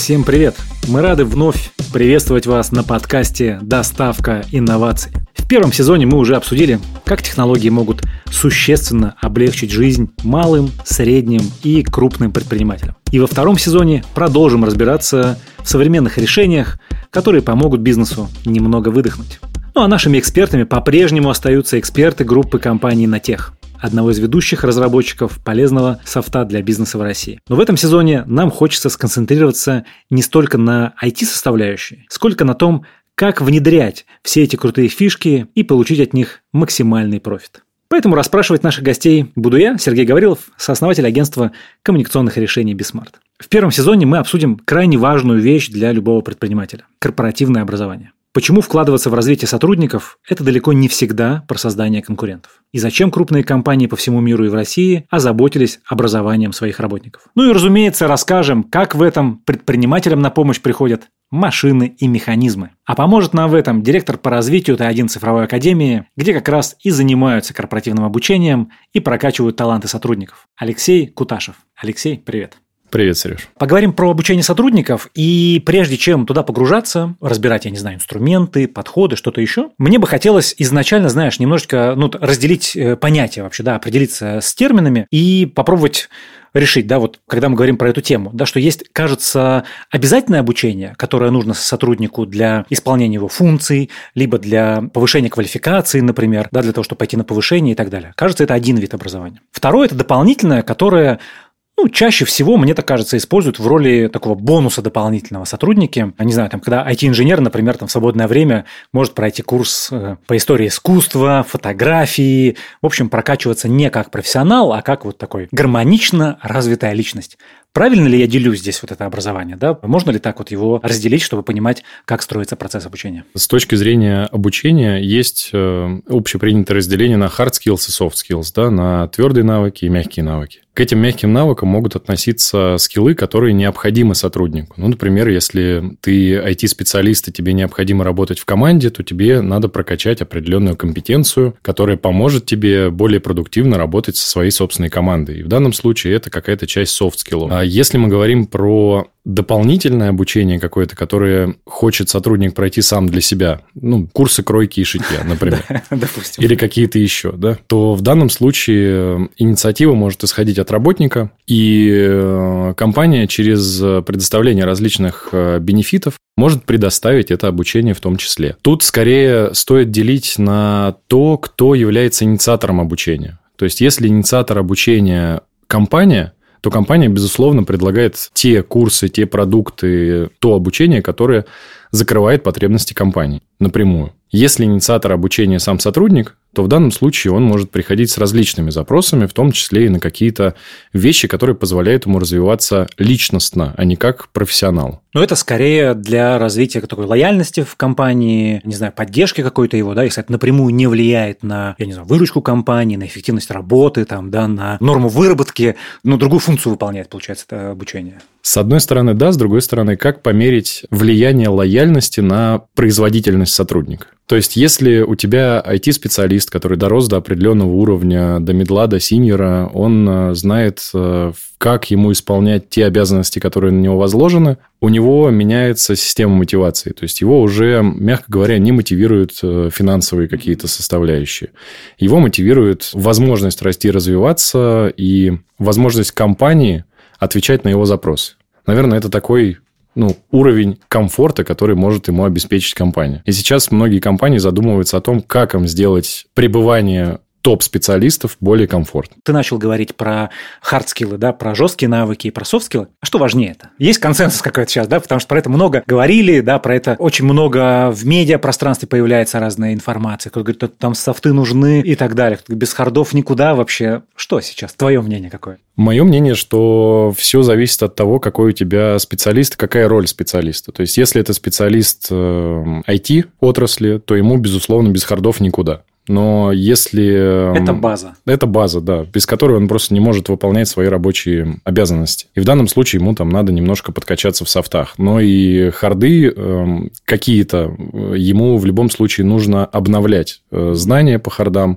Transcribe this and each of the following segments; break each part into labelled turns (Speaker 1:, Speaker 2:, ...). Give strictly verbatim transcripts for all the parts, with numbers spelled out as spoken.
Speaker 1: Всем привет! Мы рады вновь приветствовать вас на подкасте «Доставка инноваций». В первом сезоне мы уже обсудили, как технологии могут существенно облегчить жизнь малым, средним и крупным предпринимателям. И во втором сезоне продолжим разбираться в современных решениях, которые помогут бизнесу немного выдохнуть. Ну а нашими экспертами по-прежнему остаются эксперты группы компании «Натех», одного из ведущих разработчиков полезного софта для бизнеса в России. Но в этом сезоне нам хочется сконцентрироваться не столько на ай ти-составляющей, сколько на том, как внедрять все эти крутые фишки и получить от них максимальный профит. Поэтому расспрашивать наших гостей буду я, Сергей Гаврилов, сооснователь агентства коммуникационных решений BizSmart. В первом сезоне мы обсудим крайне важную вещь для любого предпринимателя – корпоративное образование. Почему вкладываться в развитие сотрудников – это далеко не всегда про создание конкурентов? И зачем крупные компании по всему миру и в России озаботились образованием своих работников? Ну и, разумеется, расскажем, как в этом предпринимателям на помощь приходят машины и механизмы. А поможет нам в этом директор по развитию Т один цифровой академии, где как раз и занимаются корпоративным обучением и прокачивают таланты сотрудников. Алексей Куташев. Алексей, привет.
Speaker 2: Привет, Сереж.
Speaker 1: Поговорим про обучение сотрудников, и прежде чем туда погружаться, разбирать, я не знаю, инструменты, подходы, что-то еще, мне бы хотелось изначально, знаешь, немножечко ну, разделить понятия вообще, да, определиться с терминами и попробовать решить, да, вот когда мы говорим про эту тему, да, что есть, кажется, обязательное обучение, которое нужно сотруднику для исполнения его функций, либо для повышения квалификации, например, да, для того, чтобы пойти на повышение и так далее. Кажется, это один вид образования. Второе – это дополнительное, которое Ну, чаще всего, мне так кажется, используют в роли такого бонуса дополнительного сотрудники. Не знаю, там, когда ай ти-инженер, например, там, в свободное время может пройти курс по истории искусства, фотографии, в общем, прокачиваться не как профессионал, а как вот такой гармонично развитая личность. Правильно ли я делю здесь вот это образование? Да? Можно ли так вот его разделить, чтобы понимать, как строится процесс обучения?
Speaker 2: С точки зрения обучения есть общепринятое разделение на hard skills и soft skills, да, на твердые навыки и мягкие навыки. К этим мягким навыкам могут относиться скиллы, которые необходимы сотруднику. Ну, например, если ты ай ти-специалист и тебе необходимо работать в команде, то тебе надо прокачать определенную компетенцию, которая поможет тебе более продуктивно работать со своей собственной командой. И в данном случае это какая-то часть soft skill'ов. А если мы говорим про дополнительное обучение какое-то, которое хочет сотрудник пройти сам для себя, ну, курсы кройки и шитья, например,
Speaker 1: допустим,
Speaker 2: или какие-то еще, да, то в данном случае инициатива может исходить от работника, и компания через предоставление различных бенефитов может предоставить это обучение в том числе. Тут скорее стоит делить на то, кто является инициатором обучения. То есть, если инициатор обучения компания, то компания, безусловно, предлагает те курсы, те продукты, то обучение, которое закрывает потребности компании напрямую. Если инициатор обучения сам сотрудник, то в данном случае он может приходить с различными запросами, в том числе и на какие-то вещи, которые позволяют ему развиваться личностно, а не как профессионал.
Speaker 1: Но это скорее для развития такой лояльности в компании, не знаю, поддержки какой-то его, да, если это напрямую не влияет на, я не знаю, выручку компании, на эффективность работы, там, да, на норму выработки, но другую функцию выполняет, получается, это обучение.
Speaker 2: С одной стороны, да, с другой стороны, как померить влияние лояльности на производительность сотрудника. То есть, если у тебя ай ти-специалист, который дорос до определенного уровня, до мидла, до синьора, он знает, как ему исполнять те обязанности, которые на него возложены, у него меняется система мотивации. То есть, его уже, мягко говоря, не мотивируют финансовые какие-то составляющие. Его мотивирует возможность расти, развиваться и возможность компании отвечать на его запросы. Наверное, это такой ну, уровень комфорта, который может ему обеспечить компания. И сейчас многие компании задумываются о том, как им сделать пребывание топ-специалистов более комфортно.
Speaker 1: Ты начал говорить про хард-скиллы, да, про жесткие навыки и про софт-скиллы. А что важнее это? Есть консенсус какой-то сейчас, да, потому что про это много говорили, да, про это очень много в медиапространстве появляется разная информация. Кто-то говорит, что там софты нужны и так далее. Кто-то без хардов никуда вообще. Что сейчас? Твое мнение какое?
Speaker 2: Мое мнение, что все зависит от того, какой у тебя специалист, какая роль специалиста. То есть, если это специалист ай ти-отрасли, то ему, безусловно, без хардов никуда. Но если...
Speaker 1: Это база.
Speaker 2: Это база, да, без которой он просто не может выполнять свои рабочие обязанности. И в данном случае ему там надо немножко подкачаться в софтах. Но и харды э, какие-то ему в любом случае нужно обновлять знания по хардам,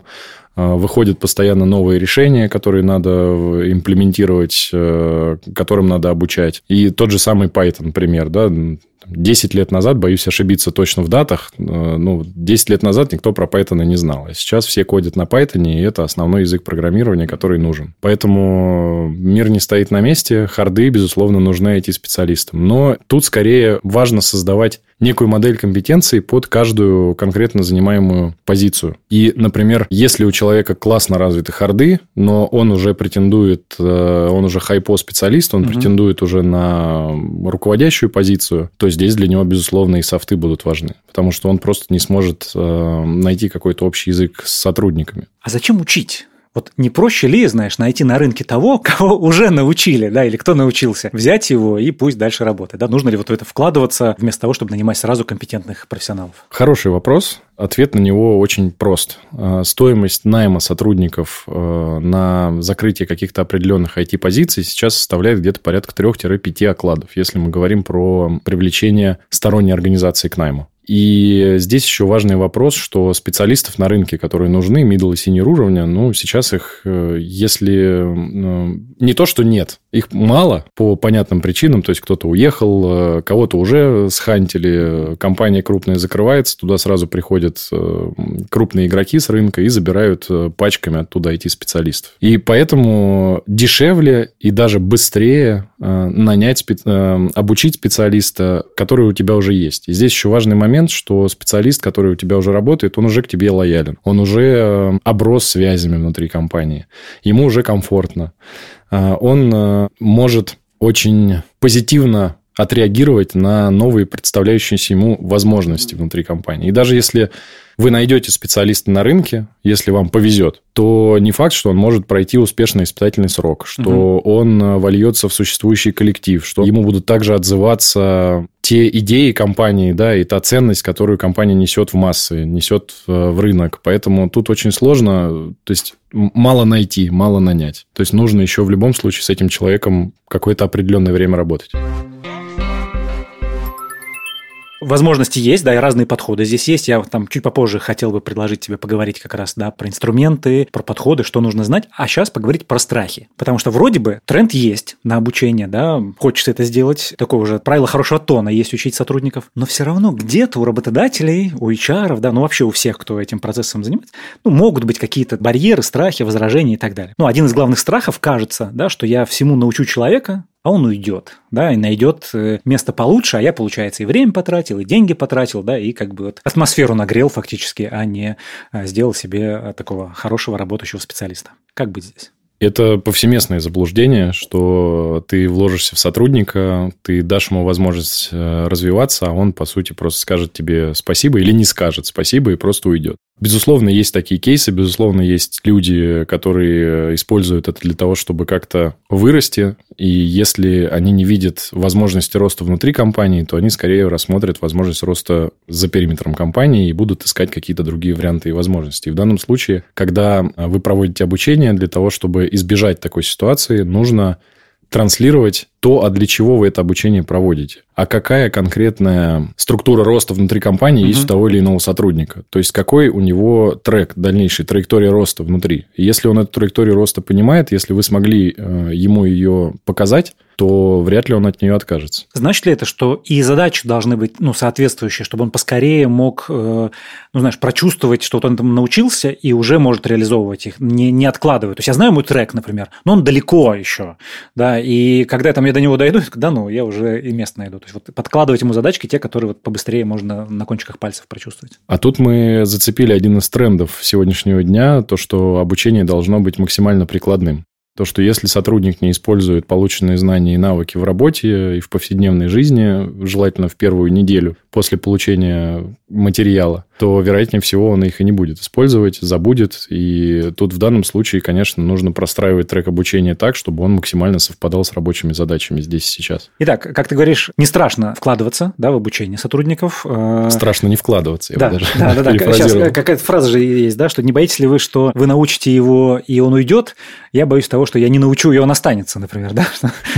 Speaker 2: выходят постоянно новые решения, которые надо имплементировать, которым надо обучать. И тот же самый Python, пример, да, десять лет назад, боюсь ошибиться точно в датах, ну, десять лет назад никто про Python не знал. А сейчас все кодят на Python, и это основной язык программирования, который нужен. Поэтому мир не стоит на месте, харды, безусловно, нужны ай ти-специалистам. Но тут скорее важно создавать некую модель компетенций под каждую конкретно занимаемую позицию. И, например, если у человека классно развиты харды, но он уже претендует, он уже хайпо-специалист, он угу. претендует уже на руководящую позицию, то здесь для него, безусловно, и софты будут важны. Потому что он просто не сможет найти какой-то общий язык с сотрудниками.
Speaker 1: А зачем учить? Вот не проще ли, знаешь, найти на рынке того, кого уже научили, да, или кто научился, взять его и пусть дальше работает, да? Нужно ли вот в это вкладываться вместо того, чтобы нанимать сразу компетентных профессионалов?
Speaker 2: Хороший вопрос. Ответ на него очень прост. Стоимость найма сотрудников на закрытие каких-то определенных ай ти-позиций сейчас составляет где-то порядка три-пять окладов, если мы говорим про привлечение сторонней организации к найму. И здесь еще важный вопрос, что специалистов на рынке, которые нужны, middle и senior уровня, ну, сейчас их, если не то, что нет, их мало по понятным причинам, то есть кто-то уехал, кого-то уже схантили, компания крупная закрывается, туда сразу приходят крупные игроки с рынка и забирают пачками оттуда ай ти-специалистов. И поэтому дешевле и даже быстрее нанять, обучить специалиста, который у тебя уже есть. И здесь еще важный момент, что специалист, который у тебя уже работает, он уже к тебе лоялен. Он уже оброс связями внутри компании. Ему уже комфортно. Он может очень позитивно отреагировать на новые представляющиеся ему возможности внутри компании. И даже если вы найдете специалиста на рынке, если вам повезет, то не факт, что он может пройти успешный испытательный срок, что угу. он вольется в существующий коллектив, что ему будут также отзываться те идеи компании, да, и та ценность, которую компания несет в массы, несет в рынок. Поэтому тут очень сложно, то есть мало найти, мало нанять. То есть нужно еще в любом случае с этим человеком какое-то определенное время работать.
Speaker 1: Возможности есть, да, и разные подходы здесь есть. Я там чуть попозже хотел бы предложить тебе поговорить как раз, да, про инструменты, про подходы, что нужно знать, а сейчас поговорить про страхи. Потому что вроде бы тренд есть на обучение, да, хочется это сделать, такое уже правило хорошего тона есть учить сотрудников, но все равно где-то у работодателей, у эйч ар, да, ну вообще у всех, кто этим процессом занимается, ну, могут быть какие-то барьеры, страхи, возражения и так далее. Ну, один из главных страхов, кажется, да, что я всему научу человека, а он уйдет, да, и найдет место получше, а я, получается, и время потратил, и деньги потратил, да, и как бы вот атмосферу нагрел фактически, а не сделал себе такого хорошего работающего специалиста. Как быть здесь?
Speaker 2: Это повсеместное заблуждение, что ты вложишься в сотрудника, ты дашь ему возможность развиваться, а он, по сути, просто скажет тебе спасибо или не скажет спасибо и просто уйдет. Безусловно, есть такие кейсы, безусловно, есть люди, которые используют это для того, чтобы как-то вырасти, и если они не видят возможности роста внутри компании, то они скорее рассмотрят возможность роста за периметром компании и будут искать какие-то другие варианты и возможности. И в данном случае, когда вы проводите обучение, для того, чтобы избежать такой ситуации, нужно транслировать то, а для чего вы это обучение проводите. А какая конкретная структура роста внутри компании uh-huh. есть у того или иного сотрудника. То есть, какой у него трек, дальнейший, траектория роста внутри. И если он эту траекторию роста понимает, если вы смогли э, ему ее показать, то вряд ли он от нее откажется.
Speaker 1: Значит ли это, что и задачи должны быть, ну, соответствующие, чтобы он поскорее мог, э, ну, знаешь, прочувствовать, что вот он там научился и уже может реализовывать их, не, не откладывая. То есть, я знаю мой трек, например, но он далеко еще, да, и когда там я до него дойду, да, ну, я уже и место найду. То есть, вот подкладывать ему задачки, те, которые вот побыстрее можно на кончиках пальцев прочувствовать.
Speaker 2: А тут мы зацепили один из трендов сегодняшнего дня, то, что обучение должно быть максимально прикладным. То, что если сотрудник не использует полученные знания и навыки в работе и в повседневной жизни, желательно в первую неделю после получения материала, то, вероятнее всего, он их и не будет использовать, забудет. И тут в данном случае, конечно, нужно простраивать трек обучения так, чтобы он максимально совпадал с рабочими задачами здесь и сейчас.
Speaker 1: Итак, как ты говоришь, не страшно вкладываться, да, в обучение сотрудников.
Speaker 2: Страшно не вкладываться, я
Speaker 1: да,
Speaker 2: бы даже
Speaker 1: да, да, да. Сейчас какая-то фраза же есть, да, что не боитесь ли вы, что вы научите его, и он уйдет? Я боюсь того, что я не научу, и он останется, например, да?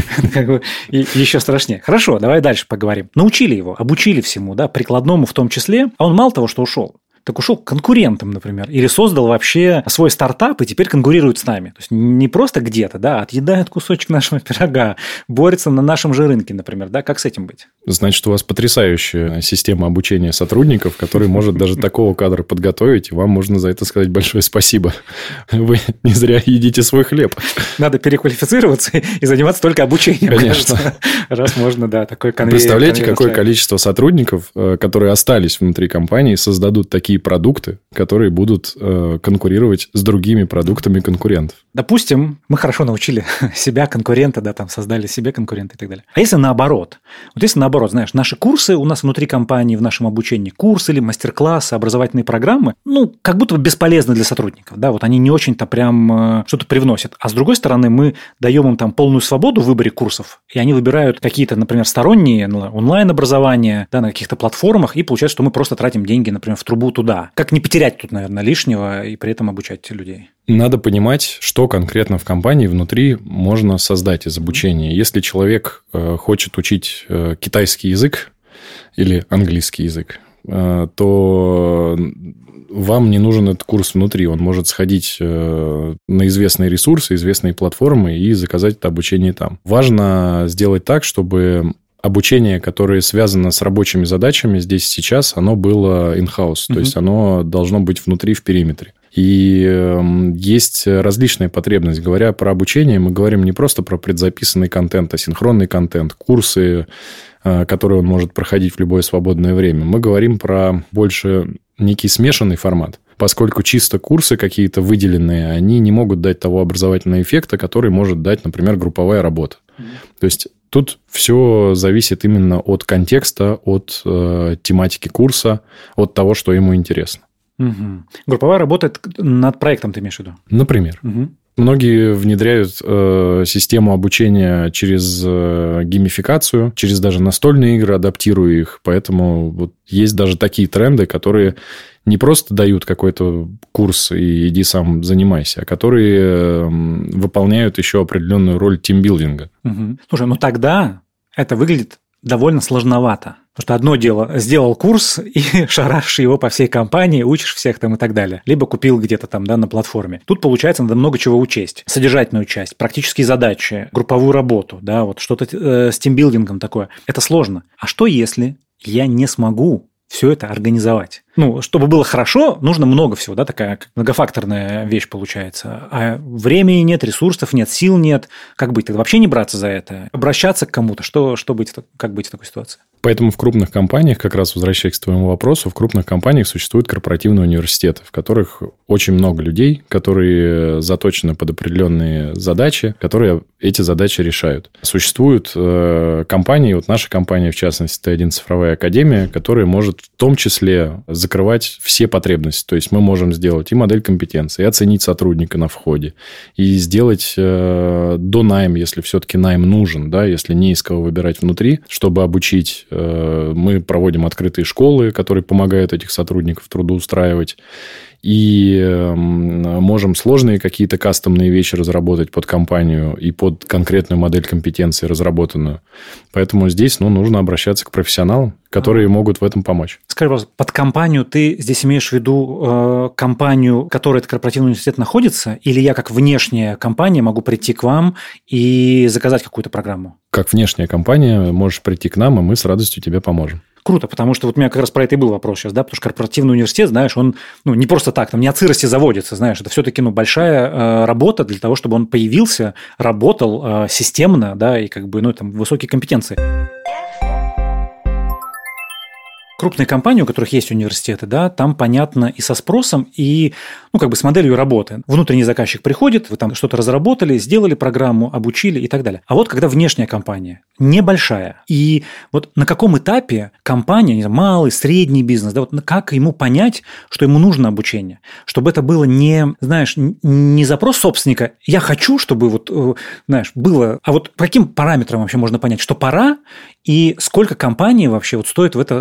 Speaker 1: Еще страшнее. Хорошо, давай дальше поговорим. Научили его, обучили всему, да, прикладному в том числе, а он мало того, что ушел. так ушел к конкурентам, например, или создал вообще свой стартап и теперь конкурирует с нами. То есть не просто где-то, да, а отъедает кусочек нашего пирога, борется на нашем же рынке, например, да, как с этим быть?
Speaker 2: Значит, у вас потрясающая система обучения сотрудников, которая может даже такого кадра подготовить, и вам можно за это сказать большое спасибо. Вы не зря едите свой хлеб.
Speaker 1: Надо переквалифицироваться и заниматься только обучением.
Speaker 2: Конечно.
Speaker 1: Кажется, раз можно, да, такой конвейер.
Speaker 2: Представляете, конвейер какое количество сотрудников, которые остались внутри компании, создадут такие продукты, которые будут э, конкурировать с другими продуктами конкурентов.
Speaker 1: Допустим, мы хорошо научили себя, конкурента, да, там создали себе конкурента и так далее. А если наоборот? Вот если наоборот, знаешь, наши курсы у нас внутри компании, в нашем обучении, курсы или мастер-классы, образовательные программы, ну, как будто бы бесполезны для сотрудников, да, вот они не очень-то прям э, что-то привносят. А с другой стороны, мы даем им там полную свободу в выборе курсов, и они выбирают какие-то, например, сторонние онлайн-образования, да, на каких-то платформах, и получается, что мы просто тратим деньги, например, в трубу туда. Как не потерять тут, наверное, лишнего и при этом обучать людей?
Speaker 2: Надо понимать, что конкретно в компании внутри можно создать из обучения. Если человек хочет учить китайский язык или английский язык, то вам не нужен этот курс внутри. Он может сходить на известные ресурсы, известные платформы и заказать это обучение там. Важно сделать так, чтобы обучение, которое связано с рабочими задачами здесь и сейчас, оно было in-house. Mm-hmm. То есть, оно должно быть внутри, в периметре. И есть различная потребность. Говоря про обучение, мы говорим не просто про предзаписанный контент, а синхронный контент, курсы, которые он может проходить в любое свободное время. Мы говорим про больше некий смешанный формат, поскольку чисто курсы какие-то выделенные, они не могут дать того образовательного эффекта, который может дать, например, групповая работа. Mm-hmm. То есть, тут все зависит именно от контекста, от э, тематики курса, от того, что ему интересно.
Speaker 1: Угу. Групповая работа над проектом, ты имеешь в виду?
Speaker 2: Например. Угу. Многие внедряют э, систему обучения через э, геймификацию, через даже настольные игры, адаптируя их. Поэтому вот есть даже такие тренды, которые не просто дают какой-то курс и иди сам занимайся, а которые э, выполняют еще определенную роль тимбилдинга.
Speaker 1: Угу. Слушай, ну тогда это выглядит довольно сложновато. Потому что одно дело, сделал курс и шарашишь его по всей компании, учишь всех там и так далее. Либо купил где-то там, да, на платформе. Тут, получается, надо много чего учесть. Содержательную часть, практические задачи, групповую работу, да, вот что-то э, с тимбилдингом такое. Это сложно. А что если я не смогу все это организовать? Ну, чтобы было хорошо, нужно много всего, да, такая многофакторная вещь получается. А времени нет, ресурсов нет, сил нет. Как быть? Тогда вообще не браться за это? Обращаться к кому-то? Что, что быть, как быть в такой ситуации?
Speaker 2: Поэтому в крупных компаниях, как раз возвращаясь к твоему вопросу, в крупных компаниях существуют корпоративные университеты, в которых очень много людей, которые заточены под определенные задачи, которые эти задачи решают. Существуют э, компании, вот наша компания, в частности, Т один Цифровая Академия, которая может в том числе закрывать все потребности. То есть, мы можем сделать и модель компетенции, и оценить сотрудника на входе, и сделать э, донайм, если все-таки найм нужен, да, если не из кого выбирать внутри, чтобы обучить. Мы проводим открытые школы, которые помогают этих сотрудников трудоустраивать. И можем сложные какие-то кастомные вещи разработать под компанию и под конкретную модель компетенции разработанную. Поэтому здесь, ну, нужно обращаться к профессионалам, которые а. могут в этом помочь.
Speaker 1: Скажи, пожалуйста, под компанию ты здесь имеешь в виду э, компанию, в которой этот корпоративный университет находится, или я как внешняя компания могу прийти к вам и заказать какую-то программу?
Speaker 2: Как внешняя компания можешь прийти к нам, и мы с радостью тебе поможем.
Speaker 1: Круто, потому что вот у меня как раз про это и был вопрос сейчас, да, потому что корпоративный университет, знаешь, он, ну, не просто так, там не от сырости заводится, знаешь, это все-таки, ну, большая э, работа для того, чтобы он появился, работал э, системно, да, и как бы, ну, там, высокие компетенции. Крупные компании, у которых есть университеты, да, там понятно и со спросом, и, ну, как бы с моделью работы. Внутренний заказчик приходит, вы там что-то разработали, сделали программу, обучили и так далее. А вот когда внешняя компания, небольшая, и вот на каком этапе компания, не знаю, малый, средний бизнес, да, вот как ему понять, что ему нужно обучение, чтобы это было не, знаешь, не запрос собственника, я хочу, чтобы вот, знаешь, было, а вот по каким параметрам вообще можно понять, что пора, и сколько компании вообще вот стоит в это, знаешь, вкладывать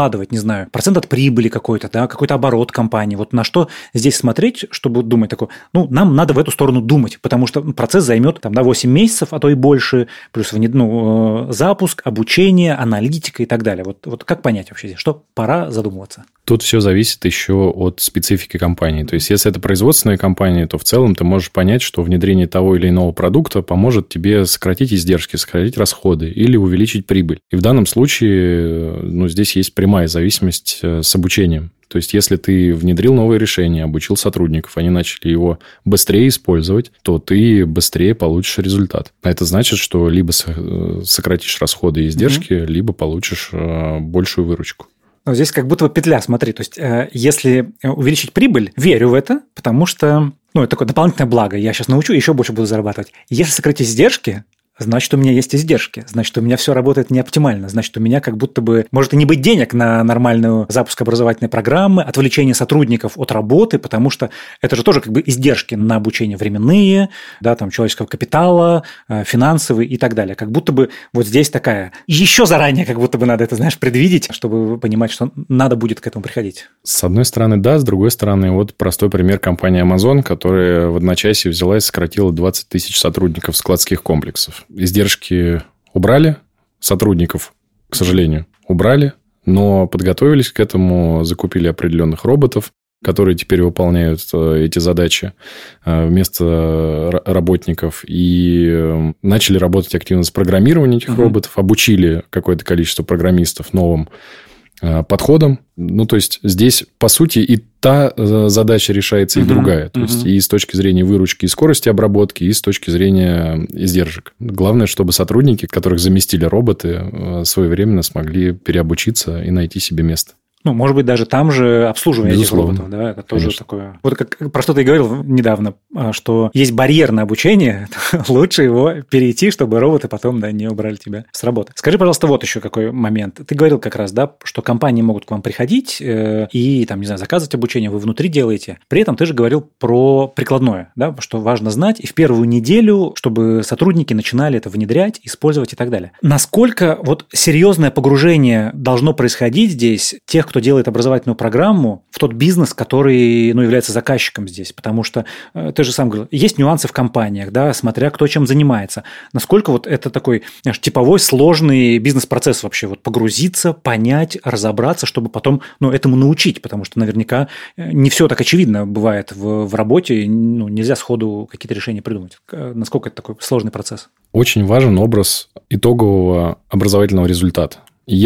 Speaker 1: закладывать, не знаю, процент от прибыли какой-то, да, какой-то оборот компании. Вот на что здесь смотреть, чтобы думать такое, ну, нам надо в эту сторону думать, потому что процесс займет там, да, восемь месяцев, а то и больше, плюс ну, запуск, обучение, аналитика и так далее. Вот, вот как понять вообще здесь, что пора задумываться?
Speaker 2: Тут все зависит еще от специфики компании. То есть, если это производственная компания, то в целом ты можешь понять, что внедрение того или иного продукта поможет тебе сократить издержки, сократить расходы или увеличить прибыль. И в данном случае ну, здесь есть прямая зависимость с обучением. То есть, если ты внедрил новое решение, обучил сотрудников, они начали его быстрее использовать, то ты быстрее получишь результат. А это значит, что либо сократишь расходы и издержки, mm-hmm. либо получишь большую выручку.
Speaker 1: Здесь как будто бы петля, смотри. То есть, э, если увеличить прибыль, верю в это, потому что ну, это такое дополнительное благо. Я сейчас научу, еще больше буду зарабатывать. Если сократить издержки, значит, у меня есть издержки, значит, у меня все работает не оптимально, значит, у меня как будто бы может и не быть денег на нормальную запуск образовательной программы, отвлечение сотрудников от работы, потому что это же тоже как бы издержки на обучение временные, да, там, человеческого капитала, финансовые и так далее. Как будто бы вот здесь такая, еще заранее как будто бы надо это, знаешь, предвидеть, чтобы понимать, что надо будет к этому приходить.
Speaker 2: С одной стороны, да, с другой стороны, вот простой пример компании Amazon, которая в одночасье взяла и сократила двадцать тысяч сотрудников складских комплексов. Издержки убрали, сотрудников, к сожалению, убрали, но подготовились к этому, закупили определенных роботов, которые теперь выполняют эти задачи вместо работников, и начали работать активно с программированием этих uh-huh. роботов, обучили какое-то количество программистов новым подходом. Ну, то есть, здесь, по сути, и та задача решается, и uh-huh. другая. То uh-huh. есть, и с точки зрения выручки и скорости обработки, и с точки зрения издержек. Главное, чтобы сотрудники, которых заместили роботы, своевременно смогли переобучиться и найти себе место.
Speaker 1: Ну, может быть, даже там же обслуживание
Speaker 2: Безусловно.
Speaker 1: этих роботов, да, это тоже Конечно. Такое. Вот как про что ты говорил недавно, что есть барьер на обучение, лучше его перейти, чтобы роботы потом да, не убрали тебя с работы. Скажи, пожалуйста, вот еще какой момент. Ты говорил как раз, да, что компании могут к вам приходить э, и, там, не знаю, заказывать обучение, вы внутри делаете. При этом ты же говорил про прикладное, да, что важно знать, и в первую неделю, чтобы сотрудники начинали это внедрять, использовать и так далее. Насколько вот серьезное погружение должно происходить здесь тех, кто делает образовательную программу, в тот бизнес, который ну, является заказчиком здесь. Потому что, э, ты же сам говорил, есть нюансы в компаниях, да, смотря кто чем занимается. Насколько вот это такой знаешь, типовой, сложный бизнес-процесс вообще, вот погрузиться, понять, разобраться, чтобы потом ну, этому научить, потому что наверняка не все так очевидно бывает в, в работе, ну, нельзя сходу какие-то решения придумать. Насколько это такой сложный процесс?
Speaker 2: Очень важен образ итогового образовательного результата.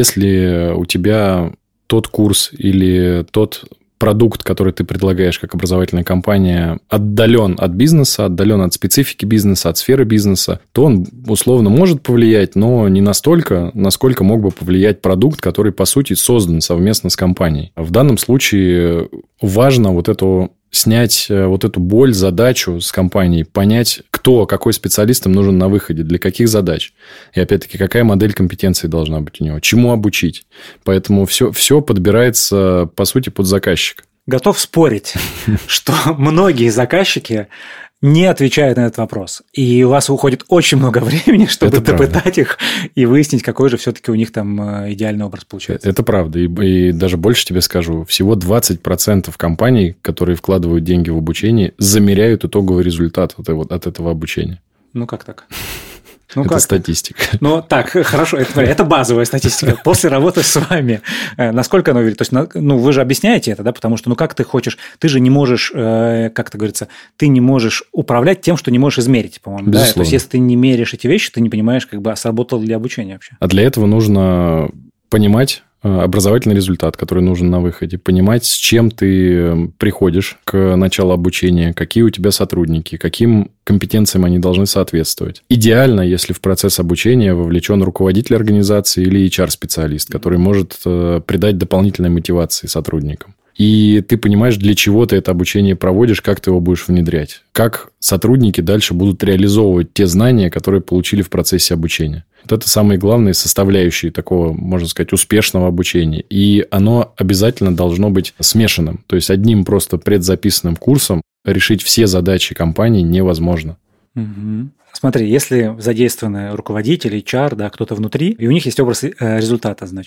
Speaker 2: Если у тебя тот курс или тот продукт, который ты предлагаешь как образовательная компания, отдален от бизнеса, отдален от специфики бизнеса, от сферы бизнеса, то он условно может повлиять, но не настолько, насколько мог бы повлиять продукт, который, по сути, создан совместно с компанией. В данном случае важно вот эту снять вот эту боль, задачу с компанией, понять, кто, какой специалист им нужен на выходе, для каких задач. И, опять-таки, какая модель компетенций должна быть у него, чему обучить. Поэтому все, все подбирается, по сути, под заказчика.
Speaker 1: Готов спорить, что многие заказчики не отвечают на этот вопрос. И у вас уходит очень много времени, чтобы это допытать правда. Их и выяснить, какой же все-таки у них там идеальный образ получается.
Speaker 2: Это правда. И, и даже больше тебе скажу. Всего двадцать процентов компаний, которые вкладывают деньги в обучение, замеряют итоговый результат от, от этого обучения.
Speaker 1: Ну, как так?
Speaker 2: Ну, это статистика.
Speaker 1: Ну, так, хорошо, это, это базовая статистика. После работы с вами, насколько она уверена? То есть, ну, вы же объясняете это, да, потому что, ну, как ты хочешь, ты же не можешь, как это говорится, ты не можешь управлять тем, что не можешь измерить, по-моему. Да? То есть, если ты не меряешь эти вещи, ты не понимаешь, как бы, а сработало ли обучение вообще.
Speaker 2: А для этого нужно понимать образовательный результат, который нужен на выходе, понимать, с чем ты приходишь к началу обучения, какие у тебя сотрудники, каким компетенциям они должны соответствовать. Идеально, если в процесс обучения вовлечен руководитель организации или эйч ар-специалист, который может придать дополнительной мотивации сотрудникам. И ты понимаешь, для чего ты это обучение проводишь, как ты его будешь внедрять. Как сотрудники дальше будут реализовывать те знания, которые получили в процессе обучения. Вот это самые главные составляющие такого, можно сказать, успешного обучения. И оно обязательно должно быть смешанным. То есть, одним просто предзаписанным курсом решить все задачи компании невозможно.
Speaker 1: Угу. Смотри, если задействованы руководители, эйч ар, да, кто-то внутри, и у них есть образ результата, значит,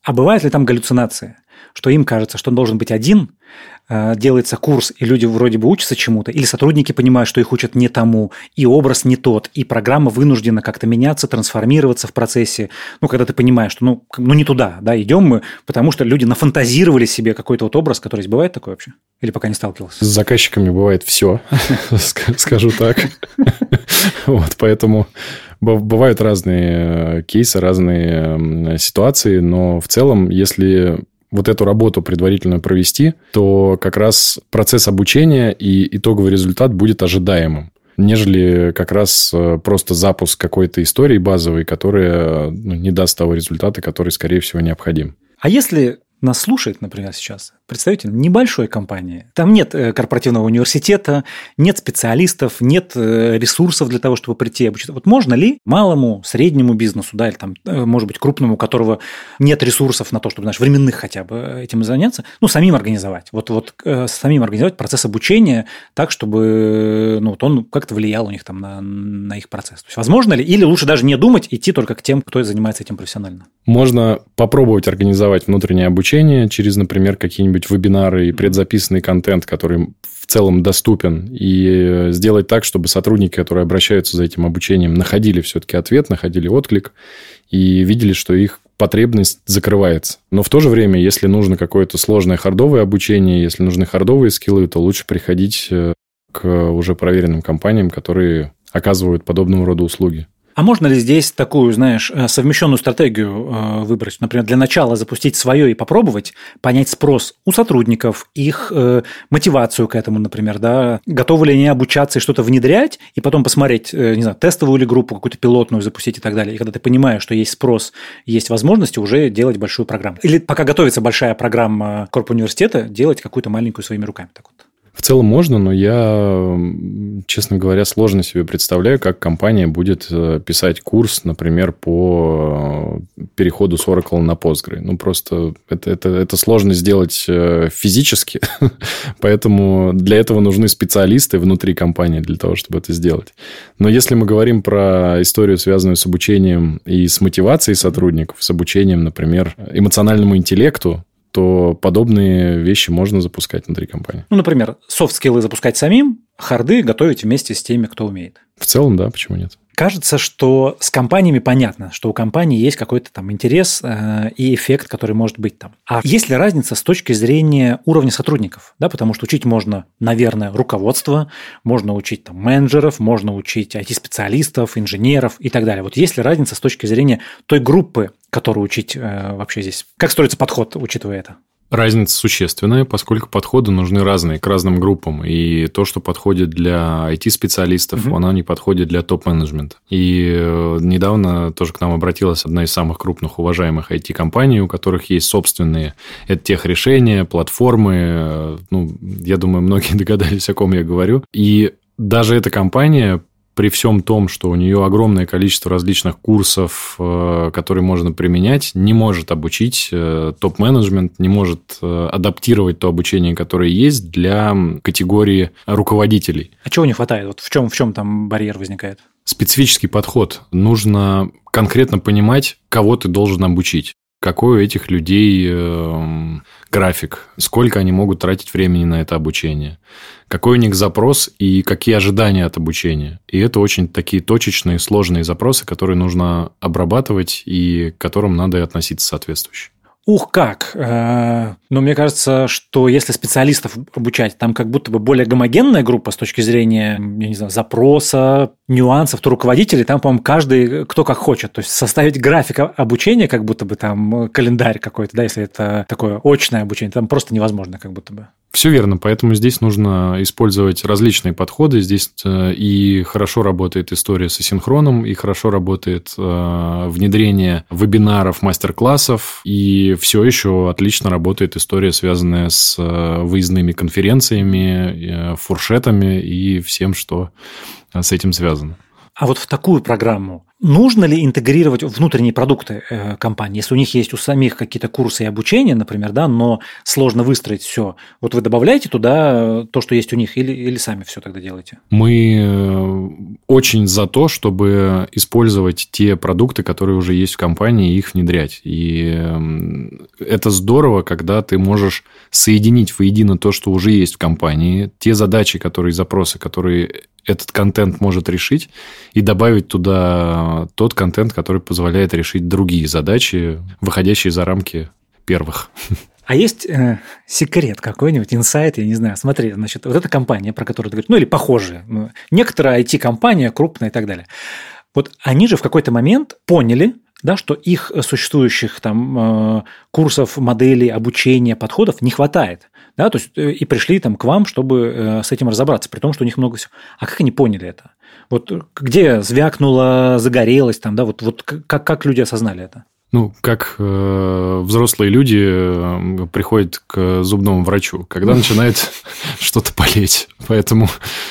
Speaker 1: А бывают ли там галлюцинации? Что им кажется, что он должен быть один, делается курс, и люди вроде бы учатся чему-то, или сотрудники понимают, что их учат не тому, и образ не тот, и программа вынуждена как-то меняться, трансформироваться в процессе. Ну, когда ты понимаешь, что ну, ну не туда, да, идем мы, потому что люди нафантазировали себе какой-то вот образ, который бывает такой вообще? Или пока не сталкивался?
Speaker 2: С заказчиками бывает все, скажу так. Вот, поэтому бывают разные кейсы, разные ситуации, но в целом, если вот эту работу предварительно провести, то как раз процесс обучения и итоговый результат будет ожидаемым, нежели как раз просто запуск какой-то истории базовой, которая ну, не даст того результата, который, скорее всего, необходим.
Speaker 1: А если нас слушает, например, сейчас представитель небольшой компании, там нет корпоративного университета, нет специалистов, нет ресурсов для того, чтобы прийти и обучиться. Вот можно ли малому, среднему бизнесу, да, или там, может быть, крупному, у которого нет ресурсов на то, чтобы, знаешь, временных хотя бы этим заняться, ну, самим организовать. Вот, вот самим организовать процесс обучения так, чтобы ну, вот он как-то влиял у них там на, на их процесс. То есть, возможно ли? Или лучше даже не думать, идти только к тем, кто занимается этим профессионально?
Speaker 2: Можно попробовать организовать внутреннее обучение через, например, какие-нибудь вебинары и предзаписанный контент, который в целом доступен, и сделать так, чтобы сотрудники, которые обращаются за этим обучением, находили все-таки ответ, находили отклик и видели, что их потребность закрывается. Но в то же время, если нужно какое-то сложное хардовое обучение, если нужны хардовые скиллы, то лучше приходить к уже проверенным компаниям, которые оказывают подобного рода услуги.
Speaker 1: А можно ли здесь такую, знаешь, совмещенную стратегию выбрать? Например, для начала запустить свое и попробовать понять спрос у сотрудников, их мотивацию к этому, например, да, готовы ли они обучаться и что-то внедрять, и потом посмотреть, не знаю, тестовую или группу какую-то пилотную запустить и так далее. И когда ты понимаешь, что есть спрос, есть возможности, уже делать большую программу. Или пока готовится большая программа корпуниверситета, делать какую-то маленькую своими руками. Так вот.
Speaker 2: В целом можно, но я, честно говоря, сложно себе представляю, как компания будет писать курс, например, по переходу с Oracle на Postgre. Ну, просто это, это, это сложно сделать физически, поэтому для этого нужны специалисты внутри компании для того, чтобы это сделать. Но если мы говорим про историю, связанную с обучением и с мотивацией сотрудников, с обучением, например, эмоциональному интеллекту, то подобные вещи можно запускать внутри компании.
Speaker 1: Ну, например, софт-скиллы запускать самим, харды готовить вместе с теми, кто умеет.
Speaker 2: В целом, да, почему нет?
Speaker 1: Кажется, что с компаниями понятно, что у компании есть какой-то там интерес э, и эффект, который может быть там. А есть ли разница с точки зрения уровня сотрудников? Да, потому что учить можно, наверное, руководство, можно учить там менеджеров, можно учить ай ти-специалистов, инженеров и так далее. Вот есть ли разница с точки зрения той группы, которую учить э, вообще здесь? Как строится подход, учитывая это?
Speaker 2: Разница существенная, поскольку подходы нужны разные к разным группам. И то, что подходит для ай ти-специалистов, uh-huh. оно не подходит для топ-менеджмента. И недавно тоже к нам обратилась одна из самых крупных уважаемых ай ти-компаний, у которых есть собственные EdTech-решения, платформы. Ну, я думаю, многие догадались, о ком я говорю. И даже эта компания... При всем том, что у нее огромное количество различных курсов, которые можно применять, не может обучить топ-менеджмент, не может адаптировать то обучение, которое есть для категории руководителей.
Speaker 1: А чего не хватает? Вот в чем, в чем там барьер возникает?
Speaker 2: Специфический подход. Нужно конкретно понимать, кого ты должен обучить. Какой у этих людей э, график, сколько они могут тратить времени на это обучение, какой у них запрос и какие ожидания от обучения. И это очень такие точечные, сложные запросы, которые нужно обрабатывать и к которым надо и относиться соответствующе.
Speaker 1: Ух, как! Но мне кажется, что если специалистов обучать, там как будто бы более гомогенная группа с точки зрения, я не знаю, запроса, нюансов, то руководителей, там, по-моему, каждый кто как хочет. То есть, составить график обучения, как будто бы там календарь какой-то, да, если это такое очное обучение, там просто невозможно как будто бы.
Speaker 2: Все верно, поэтому здесь нужно использовать различные подходы. Здесь и хорошо работает история с асинхроном, и хорошо работает внедрение вебинаров, мастер-классов, и все еще отлично работает история, связанная с выездными конференциями, фуршетами и всем, что с этим связано.
Speaker 1: А вот в такую программу нужно ли интегрировать внутренние продукты э, компании? Если у них есть у самих какие-то курсы и обучения, например, да, но сложно выстроить все, вот вы добавляете туда то, что есть у них, или, или сами все тогда делаете?
Speaker 2: Мы очень за то, чтобы использовать те продукты, которые уже есть в компании, и их внедрять. И это здорово, когда ты можешь соединить воедино то, что уже есть в компании, те задачи, которые, запросы, которые этот контент может решить, и добавить туда тот контент, который позволяет решить другие задачи, выходящие за рамки первых.
Speaker 1: А есть э, секрет какой-нибудь, инсайт, я не знаю. Смотри, значит, вот эта компания, про которую ты говоришь, ну или похожая, ну, некоторая ай ти-компания, крупная и так далее. Вот они же в какой-то момент поняли, да, что их существующих там э, курсов, моделей, обучения, подходов не хватает. Да, то есть, и пришли там к вам, чтобы э, с этим разобраться, при том, что у них много всего. А как они поняли это? Вот где звякнуло, загорелось там, да, вот, вот как, как люди осознали это?
Speaker 2: Ну, как э, взрослые люди э, приходят к зубному врачу, когда начинает что-то болеть. Поэтому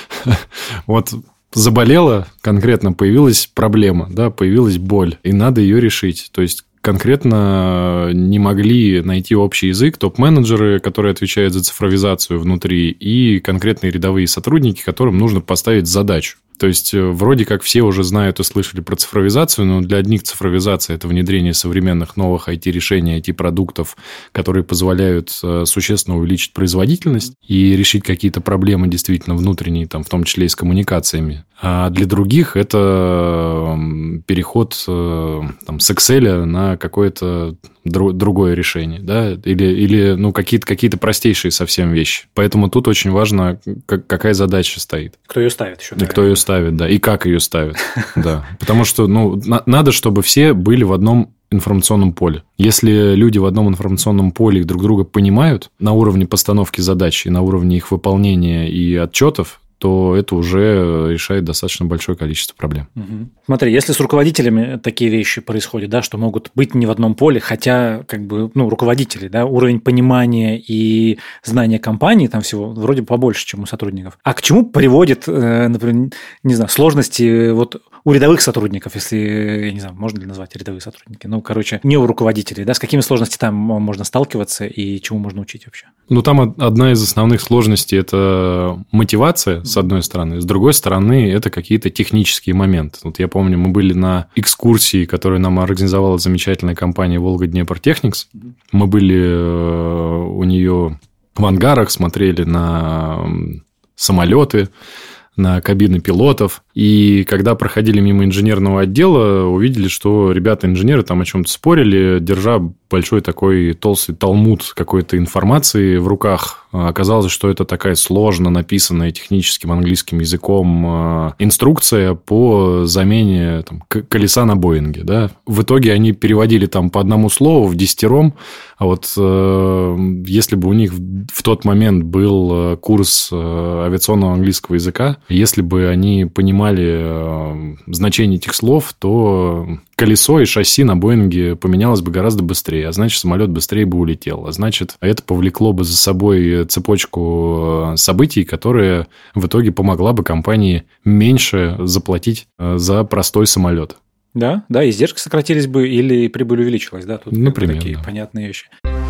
Speaker 2: вот заболело, конкретно появилась проблема, да, появилась боль, и надо ее решить. То есть, конкретно не могли найти общий язык топ-менеджеры, которые отвечают за цифровизацию внутри, и конкретные рядовые сотрудники, которым нужно поставить задачу. То есть, вроде как все уже знают и слышали про цифровизацию, но для одних цифровизация – это внедрение современных новых ай ти-решений, ай ти-продуктов, которые позволяют существенно увеличить производительность и решить какие-то проблемы действительно внутренние, там, в том числе и с коммуникациями. А для других это переход там, с Excel на какое-то другое решение, да, или, или ну, какие-то, какие-то простейшие совсем вещи. Поэтому тут очень важно, как, какая задача стоит.
Speaker 1: Кто ее ставит еще.
Speaker 2: И кто ее ставит, да, и как ее ставит. Да. Потому что ну, на, надо, чтобы все были в одном информационном поле. Если люди в одном информационном поле друг друга понимают на уровне постановки задач и на уровне их выполнения и отчетов, то это уже решает достаточно большое количество проблем.
Speaker 1: Угу. Смотри, если с руководителями такие вещи происходят, да, что могут быть не в одном поле, хотя как бы, ну, руководители, да, уровень понимания и знания компании там всего вроде побольше, чем у сотрудников. А к чему приводит, например, не знаю, сложности вот у рядовых сотрудников, если, я не знаю, можно ли назвать рядовые сотрудники, ну, короче, не у руководителей, да, с какими сложностями там можно сталкиваться и чему можно учить вообще?
Speaker 2: Ну, там одна из основных сложностей – это мотивация, с одной стороны. С другой стороны, это какие-то технические моменты. Вот я помню, мы были на экскурсии, которую нам организовала замечательная компания «Волга-Днепр-Техникс». Мы были у нее в ангарах, смотрели на самолеты, на кабины пилотов. И когда проходили мимо инженерного отдела, увидели, что ребята-инженеры там о чем-то спорили, держа большой такой толстый талмуд какой-то информации в руках. Оказалось, что это такая сложно написанная техническим английским языком инструкция по замене там, колеса на Боинге. Да? В итоге они переводили там по одному слову в десятером. А вот э, если бы у них в тот момент был курс авиационного английского языка, если бы они понимали значение этих слов, то колесо и шасси на Боинге поменялось бы гораздо быстрее, а значит, самолет быстрее бы улетел. А значит, это повлекло бы за собой цепочку событий, которая в итоге помогла бы компании меньше заплатить за простой самолет.
Speaker 1: Да, да, издержки сократились бы или прибыль увеличилась, да? Тут
Speaker 2: Например,
Speaker 1: такие
Speaker 2: да.
Speaker 1: понятные вещи.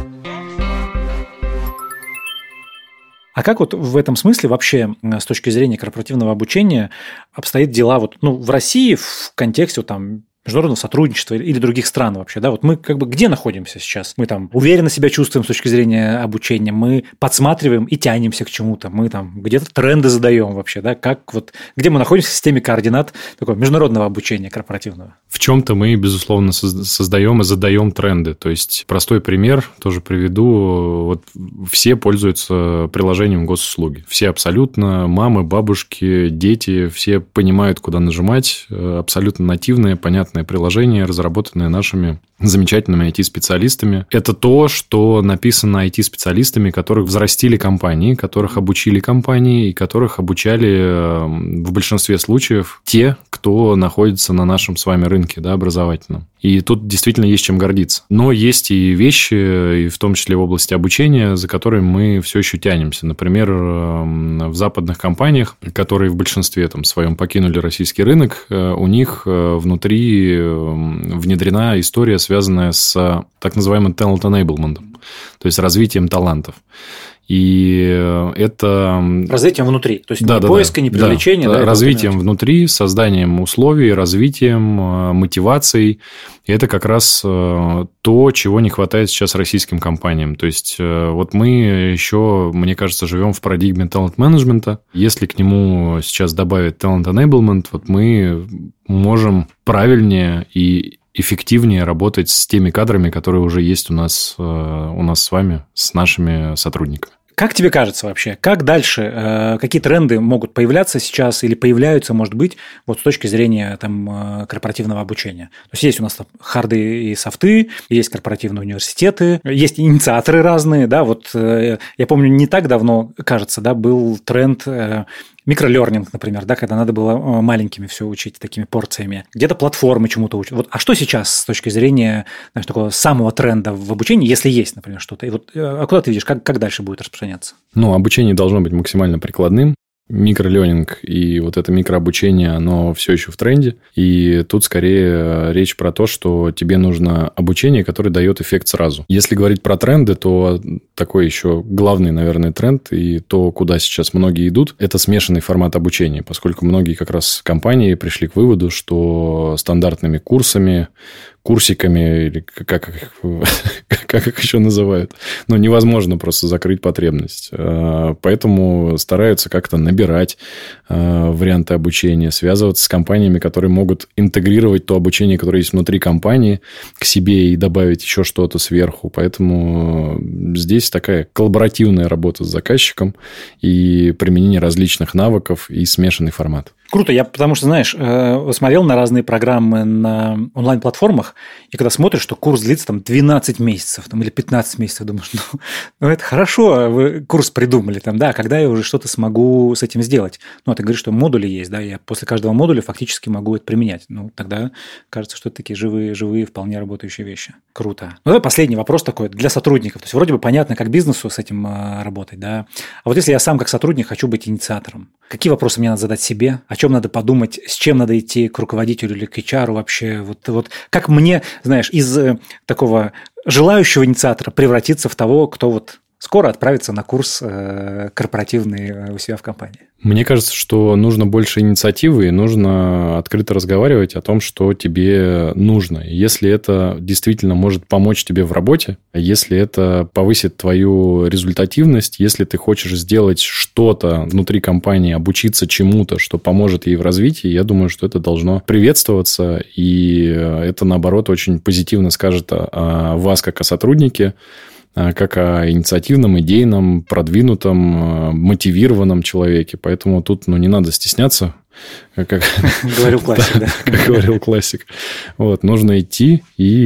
Speaker 1: А как вот в этом смысле вообще с точки зрения корпоративного обучения обстоят дела вот, ну, в России в контексте вот, там, международного сотрудничества или других стран вообще, да, вот мы как бы где находимся сейчас? Мы там уверенно себя чувствуем с точки зрения обучения, мы подсматриваем и тянемся к чему-то, мы там где-то тренды задаем вообще, да, как вот, где мы находимся в системе координат такого международного обучения корпоративного?
Speaker 2: В чем-то мы, безусловно, создаем и задаем тренды. То есть, простой пример тоже приведу. Вот все пользуются приложением госуслуги. Все абсолютно, мамы, бабушки, дети, все понимают, куда нажимать, абсолютно нативное, понятное стандартные приложения, разработанные нашими замечательными ай ти-специалистами. Это то, что написано ай ти-специалистами, которых взрастили компании, которых обучили компании и которых обучали в большинстве случаев те, кто находится на нашем с вами рынке, да, образовательном. И тут действительно есть чем гордиться. Но есть и вещи, и в том числе в области обучения, за которыми мы все еще тянемся. Например, в западных компаниях, которые в большинстве там, своем покинули российский рынок, у них внутри внедрена история, связанная с так называемым talent enablement, то есть развитием талантов. И это...
Speaker 1: Развитием внутри. То есть
Speaker 2: да,
Speaker 1: не
Speaker 2: да,
Speaker 1: поиска,
Speaker 2: да,
Speaker 1: не привлечения.
Speaker 2: Да,
Speaker 1: да,
Speaker 2: развитием внутри, созданием условий, развитием, мотивацией. И это как раз то, чего не хватает сейчас российским компаниям. То есть, вот мы еще, мне кажется, живем в парадигме талант-менеджмента. Если к нему сейчас добавить talent enablement, вот мы можем правильнее и эффективнее работать с теми кадрами, которые уже есть у нас, у нас с вами, с нашими сотрудниками.
Speaker 1: Как тебе кажется вообще, как дальше, какие тренды могут появляться сейчас или появляются, может быть, вот с точки зрения там, корпоративного обучения? То есть, есть у нас там харды и софты, есть корпоративные университеты, есть инициаторы разные, да, вот я помню, не так давно, кажется, да, был тренд микролернинг, например, да, когда надо было маленькими все учить, такими порциями. Где-то платформы чему-то учат. Вот, а что сейчас с точки зрения, знаешь, такого самого тренда в обучении, если есть, например, что-то? И вот, а куда ты видишь, как, как дальше будет распространяться?
Speaker 2: Ну, обучение должно быть максимально прикладным. Микролернинг и вот это микрообучение, оно все еще в тренде. И тут скорее речь про то, что тебе нужно обучение, которое дает эффект сразу. Если говорить про тренды, то такой еще главный, наверное, тренд и то, куда сейчас многие идут, это смешанный формат обучения, поскольку многие как раз компании пришли к выводу, что стандартными курсами, курсиками, или как их, как их еще называют, ну, невозможно просто закрыть потребность. Поэтому стараются как-то набирать варианты обучения, связываться с компаниями, которые могут интегрировать то обучение, которое есть внутри компании, к себе и добавить еще что-то сверху. Поэтому здесь такая коллаборативная работа с заказчиком и применение различных навыков и смешанный формат.
Speaker 1: Круто, я потому что, знаешь, смотрел на разные программы на онлайн-платформах, и когда смотришь, что курс длится там двенадцать месяцев там, или пятнадцать месяцев, думаешь, ну, ну это хорошо, вы курс придумали, там, да, когда я уже что-то смогу с этим сделать. Ну, а ты говоришь, что модули есть, да, я после каждого модуля фактически могу это применять. Ну, тогда кажется, что это такие живые, живые, вполне работающие вещи. Круто. Ну, давай последний вопрос такой для сотрудников. То есть, вроде бы понятно, как бизнесу с этим работать, да. А вот если я сам как сотрудник хочу быть инициатором, какие вопросы мне надо задать себе, о чем надо подумать, с чем надо идти к руководителю или к эйч ар вообще, вот, вот как мне, знаешь, из такого желающего инициатора превратиться в того, кто вот скоро отправится на курс корпоративный у себя в компании?
Speaker 2: Мне кажется, что нужно больше инициативы, и нужно открыто разговаривать о том, что тебе нужно. Если это действительно может помочь тебе в работе, если это повысит твою результативность, если ты хочешь сделать что-то внутри компании, обучиться чему-то, что поможет ей в развитии, я думаю, что это должно приветствоваться, и это, наоборот, очень позитивно скажет о вас, как о сотруднике, как о инициативном, идейном, продвинутом, мотивированном человеке. Поэтому тут ну, не надо стесняться. Как
Speaker 1: говорил классик, да.
Speaker 2: Как говорил классик. Вот, нужно идти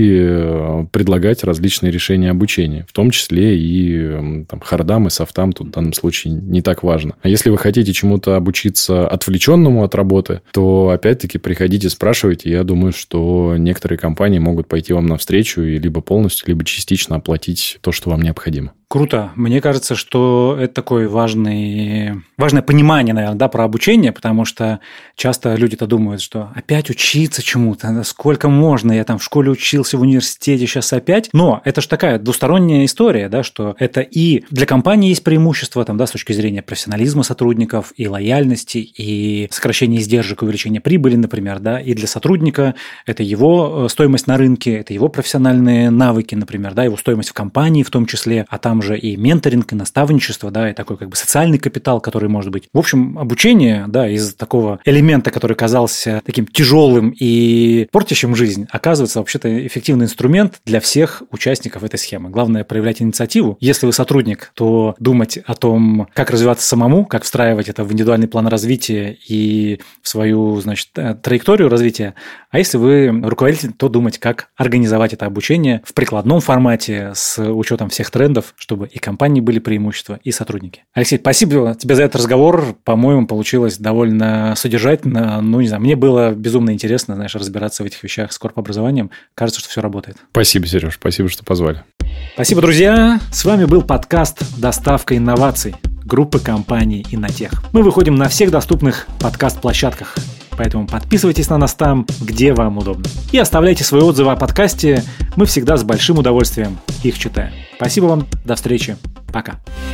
Speaker 2: и предлагать различные решения обучения, в том числе и там, хардам и софтам тут в данном случае не так важно. А если вы хотите чему-то обучиться отвлеченному от работы, то опять-таки приходите, спрашивайте. Я думаю, что некоторые компании могут пойти вам навстречу и либо полностью, либо частично оплатить то, что вам необходимо.
Speaker 1: Круто. Мне кажется, что это такое важный, важное понимание, наверное, да, про обучение, потому что часто люди-то думают, что опять учиться чему-то, сколько можно, я там в школе учился, в университете, сейчас опять. Но это же такая двусторонняя история, да, что это и для компании есть преимущество там, да, с точки зрения профессионализма сотрудников и лояльности, и сокращения издержек, увеличения прибыли, например, да, и для сотрудника это его стоимость на рынке, это его профессиональные навыки, например, да, его стоимость в компании в том числе, а там там же и менторинг, и наставничество, да, и такой как бы социальный капитал, который может быть. В общем, обучение, да, из такого элемента, который казался таким тяжелым и портящим жизнь, оказывается вообще-то эффективный инструмент для всех участников этой схемы. Главное проявлять инициативу. Если вы сотрудник, то думать о том, как развиваться самому, как встраивать это в индивидуальный план развития и в свою, значит, траекторию развития. А если вы руководитель, то думать, как организовать это обучение в прикладном формате с учетом всех трендов, чтобы и компании были преимущества, и сотрудники. Алексей, спасибо тебе за этот разговор. По-моему, получилось довольно содержательно. Ну, не знаю, мне было безумно интересно, знаешь, разбираться в этих вещах с корпобразованием. Кажется, что все работает.
Speaker 2: Спасибо, Сереж, спасибо, что позвали.
Speaker 1: Спасибо, друзья. С вами был подкаст «Доставка инноваций» группы компаний «Иннотех». Мы выходим на всех доступных подкаст-площадках. Поэтому подписывайтесь на нас там, где вам удобно. И оставляйте свои отзывы о подкасте. Мы всегда с большим удовольствием их читаем. Спасибо вам. До встречи. Пока.